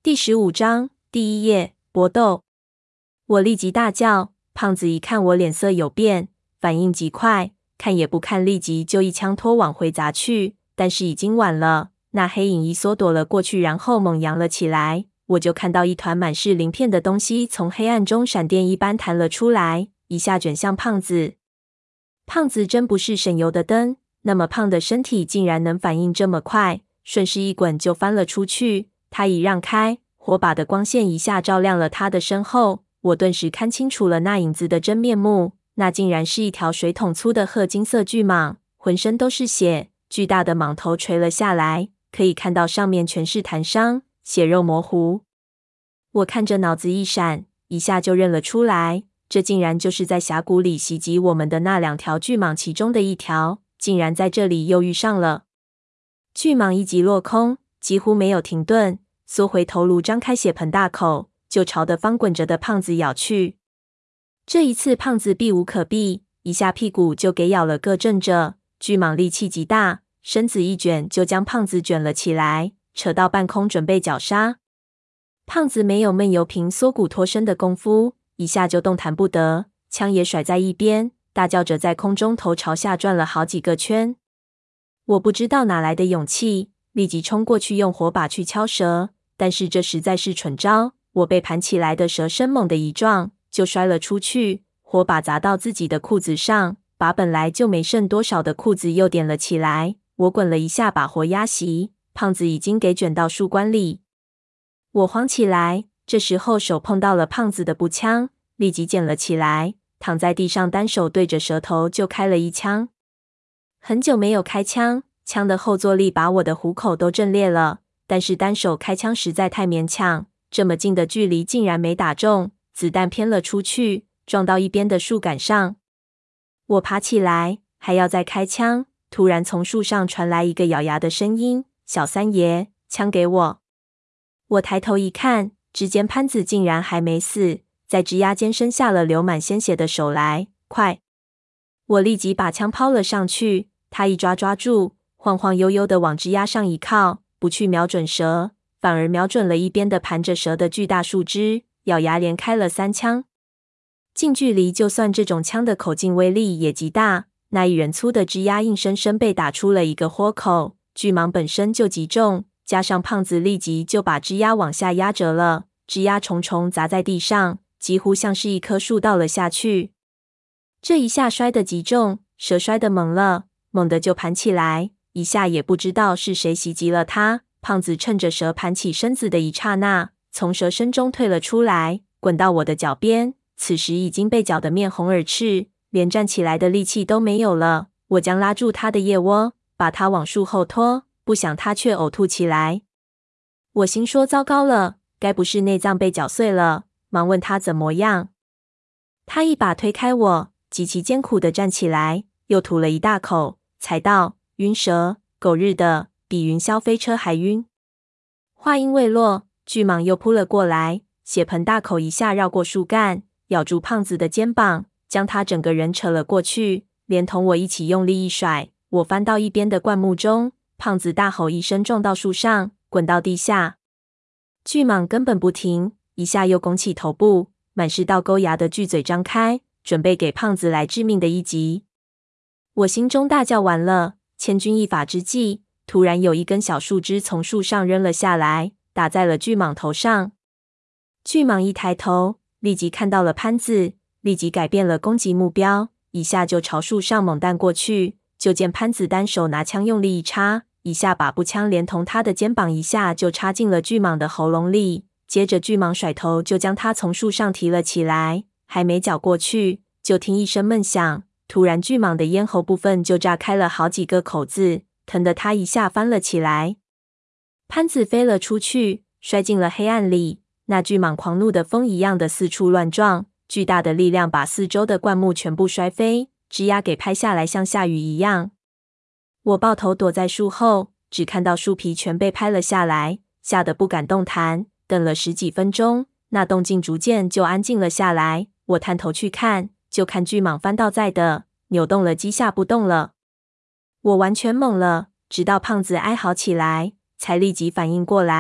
第15章第1页搏斗。我立即大叫，胖子一看我脸色有变，反应极快，看也不看，立即就一枪托往回砸去，但是已经晚了。那黑影一缩躲了过去，然后猛扬了起来，我就看到一团满是鳞片的东西从黑暗中闪电一般弹了出来，一下卷向胖子。胖子真不是省油的灯，那么胖的身体竟然能反应这么快，顺势一滚就翻了出去。他一让开，火把的光线一下照亮了他的身后，我顿时看清楚了那影子的真面目，那竟然是一条水桶粗的褐金色巨蟒，浑身都是血，巨大的蟒头垂了下来，可以看到上面全是弹伤，血肉模糊。我看着脑子一闪，一下就认了出来，这竟然就是在峡谷里袭击我们的那2条巨蟒其中的一条，竟然在这里又遇上了。巨蟒一击落空，几乎没有停顿，缩回头颅，张开血盆大口，就朝着翻滚着的胖子咬去。这一次胖子避无可避，一下屁股就给咬了个正着。巨蟒力气极大，身子一卷就将胖子卷了起来，扯到半空准备绞杀。胖子没有闷油瓶缩骨脱身的功夫，一下就动弹不得，枪也甩在一边，大叫着在空中头朝下转了好几个圈。我不知道哪来的勇气，立即冲过去用火把去敲蛇，但是这实在是蠢招，我被盘起来的蛇身猛地一撞，就摔了出去，火把砸到自己的裤子上，把本来就没剩多少的裤子又点了起来。我滚了一下把火压熄，胖子已经给卷到树冠里。我慌起来，这时候手碰到了胖子的步枪，立即捡了起来，躺在地上单手对着蛇头就开了一枪。很久没有开枪，枪的后坐力把我的虎口都震裂了，但是单手开枪实在太勉强，这么近的距离竟然没打中，子弹偏了出去，撞到一边的树干上。我爬起来，还要再开枪，突然从树上传来一个咬牙的声音：“小三爷，枪给我！”我抬头一看，只见潘子竟然还没死，在枝桠间伸下了流满鲜血的手来，快！我立即把枪抛了上去，他一抓住，晃晃悠悠地往枝桠上一靠，不去瞄准蛇，反而瞄准了一边的盘着蛇的巨大树枝，咬牙连开了3枪。近距离就算这种枪的口径威力也极大，那1人粗的枝桠硬生生被打出了一个豁口，巨蟒本身就极重，加上胖子立即就把枝桠往下压折了，枝桠重重砸在地上，几乎像是一棵树倒了下去。这一下摔得极重，蛇摔得猛了，猛地就盘起来，一下也不知道是谁袭击了他。胖子趁着蛇盘起身子的一刹那，从蛇身中退了出来，滚到我的脚边，此时已经被搅得面红耳赤，连站起来的力气都没有了。我将拉住他的腋窝，把他往树后拖，不想他却呕吐起来。我心说糟糕了，该不是内脏被搅碎了，忙问他怎么样。他一把推开我，极其艰苦地站起来，又吐了一大口，才道：“晕蛇，狗日的，比云霄飞车还晕。”话音未落，巨蟒又扑了过来，血盆大口一下绕过树干，咬住胖子的肩膀，将他整个人扯了过去，连同我一起用力一甩，我翻到一边的灌木中，胖子大吼一声撞到树上，滚到地下。巨蟒根本不停，一下又拱起头部，满是倒钩牙的巨嘴张开，准备给胖子来致命的一击。我心中大叫完了，千钧一发之际，突然有一根小树枝从树上扔了下来，打在了巨蟒头上。巨蟒一抬头，立即看到了潘子，立即改变了攻击目标，一下就朝树上猛弹过去。就见潘子单手拿枪用力一插，一下把步枪连同他的肩膀一下就插进了巨蟒的喉咙里，接着巨蟒甩头就将他从树上提了起来，还没绞过去，就听一声闷响，突然巨蟒的咽喉部分就炸开了好几个口子，疼得他一下翻了起来。潘子飞了出去，摔进了黑暗里，那巨蟒狂怒的风一样的四处乱撞，巨大的力量把四周的灌木全部摔飞，枝桠给拍下来，像下雨一样。我抱头躲在树后，只看到树皮全被拍了下来，吓得不敢动弹。等了10几分钟，那动静逐渐就安静了下来。我探头去看，就看巨蟒翻倒在的，扭动了几下不动了。我完全懵了，直到胖子哀嚎起来，才立即反应过来，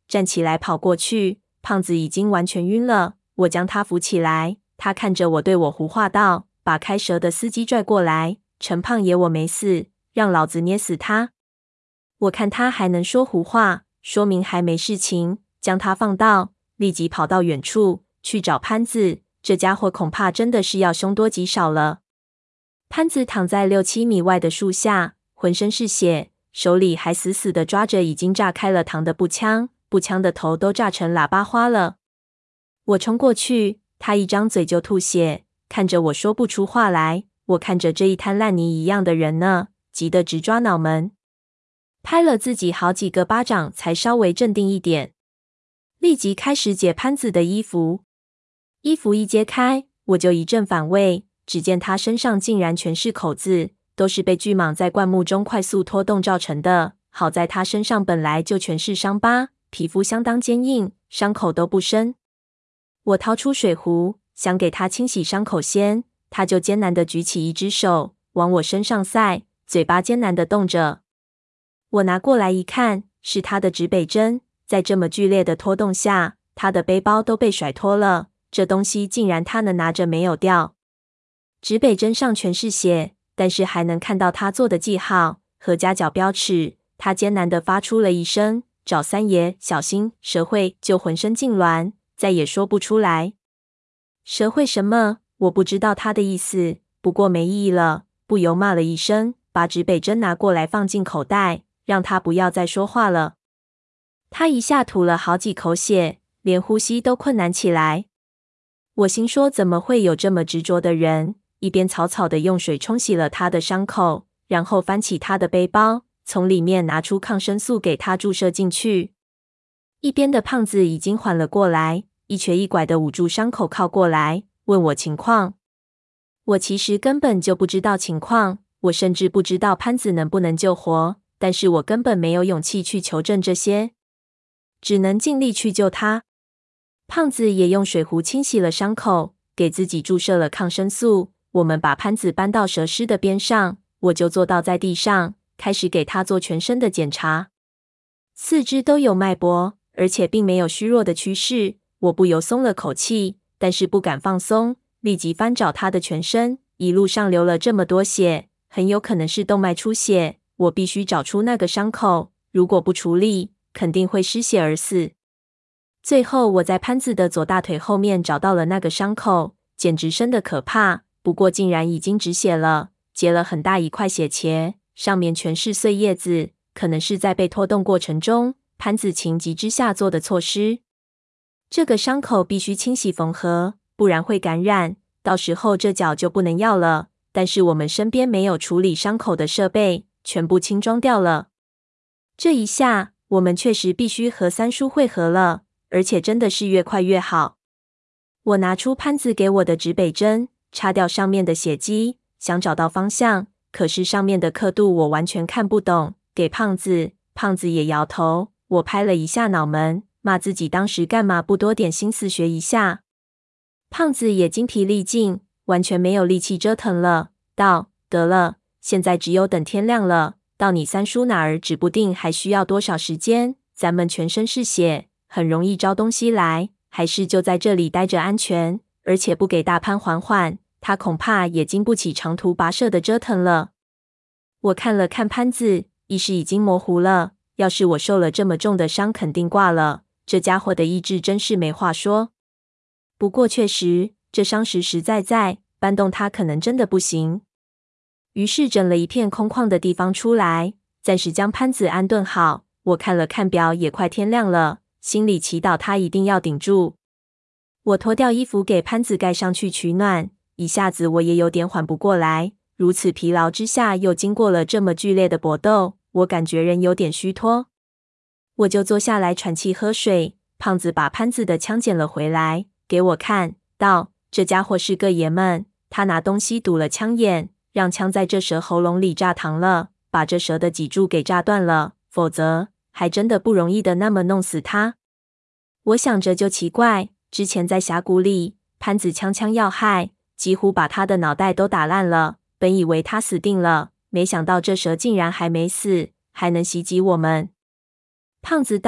站起来跑过去。胖子已经完全晕了，我将他扶起来。他看着我，对我胡话道：“把开蛇的司机拽过来，陈胖爷我没死，让老子捏死他。”我看他还能说胡话，说明还没事情，将他放倒，立即跑到远处去找潘子。这家伙恐怕真的是要凶多吉少了。潘子躺在6-7米外的树下，浑身是血，手里还死死地抓着已经炸开了膛的步枪，步枪的头都炸成喇叭花了。我冲过去，他一张嘴就吐血，看着我说不出话来。我看着这一滩烂泥一样的人呢，急得直抓脑门，拍了自己好几个巴掌才稍微镇定一点，立即开始解潘子的衣服。衣服一揭开，我就一阵反胃，只见他身上竟然全是口子，都是被巨蟒在灌木中快速拖动造成的。好在他身上本来就全是伤疤，皮肤相当坚硬，伤口都不深。我掏出水壶，想给他清洗伤口先，他就艰难地举起一只手往我身上塞，嘴巴艰难地动着。我拿过来一看，是他的指北针，在这么剧烈的拖动下，他的背包都被甩脱了。这东西竟然他能拿着没有掉。指北针上全是血，但是还能看到他做的记号和夹角标尺。他艰难地发出了一声“找三爷，小心蛇会”，就浑身痉挛，再也说不出来。蛇会什么？我不知道他的意思，不过没意义了，不由骂了一声，把指北针拿过来放进口袋，让他不要再说话了。他一下吐了好几口血，连呼吸都困难起来。我心说怎么会有这么执着的人，一边草草地用水冲洗了他的伤口，然后翻起他的背包，从里面拿出抗生素给他注射进去。一边的胖子已经缓了过来，一瘸一拐地捂住伤口靠过来，问我情况。我其实根本就不知道情况，我甚至不知道潘子能不能救活，但是我根本没有勇气去求证这些，只能尽力去救他。胖子也用水壶清洗了伤口，给自己注射了抗生素。我们把潘子搬到蛇尸的边上，我就坐倒在地上，开始给他做全身的检查。四肢都有脉搏，而且并没有虚弱的趋势，我不由松了口气，但是不敢放松，立即翻找他的全身。一路上流了这么多血，很有可能是动脉出血，我必须找出那个伤口，如果不处理，肯定会失血而死。最后我在潘子的左大腿后面找到了那个伤口，简直深得可怕，不过竟然已经止血了，结了很大一块血茄，上面全是碎叶子，可能是在被拖动过程中，潘子情急之下做的措施。这个伤口必须清洗缝合，不然会感染，到时候这脚就不能要了。但是我们身边没有处理伤口的设备，全部清装掉了。这一下，我们确实必须和三叔会合了。而且真的是越快越好。我拿出潘子给我的指北针，擦掉上面的血迹，想找到方向，可是上面的刻度我完全看不懂，给胖子，胖子也摇头。我拍了一下脑门，骂自己当时干嘛不多点心思学一下。胖子也精疲力尽，完全没有力气折腾了，道：“得了，现在只有等天亮了，到你三叔那儿指不定还需要多少时间，咱们全身是血。很容易招东西来，还是就在这里待着安全，而且不给大潘缓缓，他恐怕也经不起长途跋涉的折腾了。”我看了看潘子，意识已经模糊了，要是我受了这么重的伤，肯定挂了。这家伙的意志真是没话说。不过确实，这伤实实在在，搬动他可能真的不行。于是整了一片空旷的地方出来，暂时将潘子安顿好。我看了看表，也快天亮了。心里祈祷他一定要顶住。我脱掉衣服给潘子盖上去取暖，一下子我也有点缓不过来。如此疲劳之下，又经过了这么剧烈的搏斗，我感觉人有点虚脱。我就坐下来喘气喝水。胖子把潘子的枪捡了回来，给我看，道：“这家伙是个爷们，他拿东西堵了枪眼，让枪在这蛇喉咙里炸膛了，把这蛇的脊柱给炸断了，否则还真的不容易的那么弄死他。”我想着就奇怪，之前在峡谷里，潘子枪枪要害，几乎把他的脑袋都打烂了，本以为他死定了，没想到这蛇竟然还没死，还能袭击我们。胖子道：“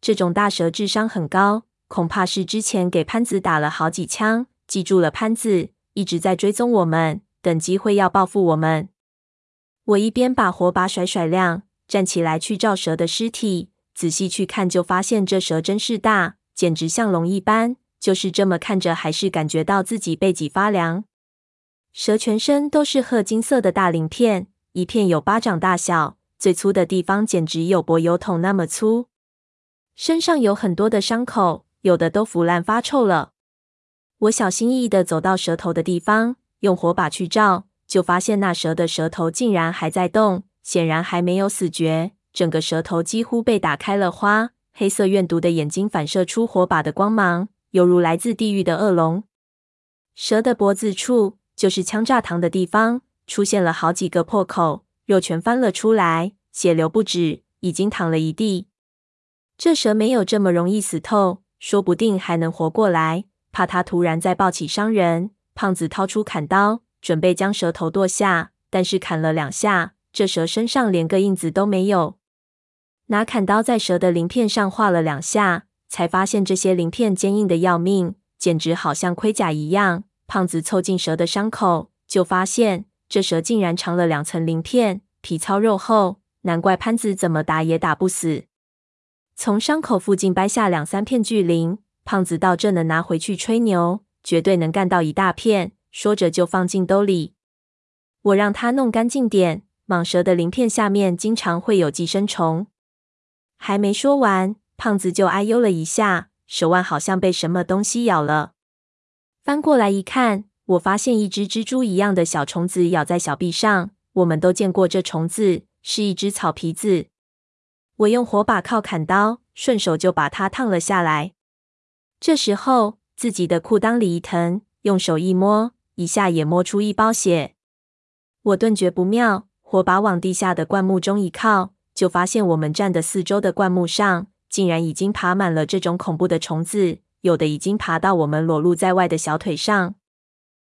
这种大蛇智商很高，恐怕是之前给潘子打了好几枪，记住了潘子，一直在追踪我们，等机会要报复我们。我一边把火把甩亮，站起来去照蛇的尸体，仔细去看，就发现这蛇真是大，简直像龙一般，就是这么看着还是感觉到自己背脊发凉。蛇全身都是褐金色的大鳞片，一片有巴掌大小，最粗的地方简直有薄油桶那么粗。身上有很多的伤口，有的都腐烂发臭了。我小心翼翼地走到蛇头的地方，用火把去照，就发现那蛇的舌头竟然还在动，显然还没有死绝，整个舌头几乎被打开了花，黑色怨毒的眼睛反射出火把的光芒，犹如来自地狱的恶龙。蛇的脖子处，就是枪炸膛的地方，出现了好几个破口，肉全翻了出来，血流不止，已经淌了一地。这蛇没有这么容易死透，说不定还能活过来，怕它突然再暴起伤人。胖子掏出砍刀，准备将蛇头剁下，但是砍了2下，这蛇身上连个印子都没有。拿砍刀在蛇的鳞片上划了2下，才发现这些鳞片坚硬的要命，简直好像盔甲一样。胖子凑近蛇的伤口，就发现这蛇竟然长了2层鳞片，皮糙肉厚，难怪潘子怎么打也打不死。从伤口附近掰下2-3片巨鳞，胖子到这能拿回去吹牛，绝对能干到一大片，说着就放进兜里。我让他弄干净点，蟒蛇的鳞片下面经常会有寄生虫。还没说完，胖子就哎呦了一下，手腕好像被什么东西咬了。翻过来一看，我发现一只蜘蛛一样的小虫子咬在小臂上，我们都见过这虫子，是一只草皮子。我用火把靠砍刀，顺手就把它烫了下来。这时候，自己的裤裆里一疼，用手一摸，一下也摸出一包血。我顿觉不妙，火把往地下的灌木中一靠，就发现我们站的四周的灌木上，竟然已经爬满了这种恐怖的虫子，有的已经爬到我们裸露在外的小腿上。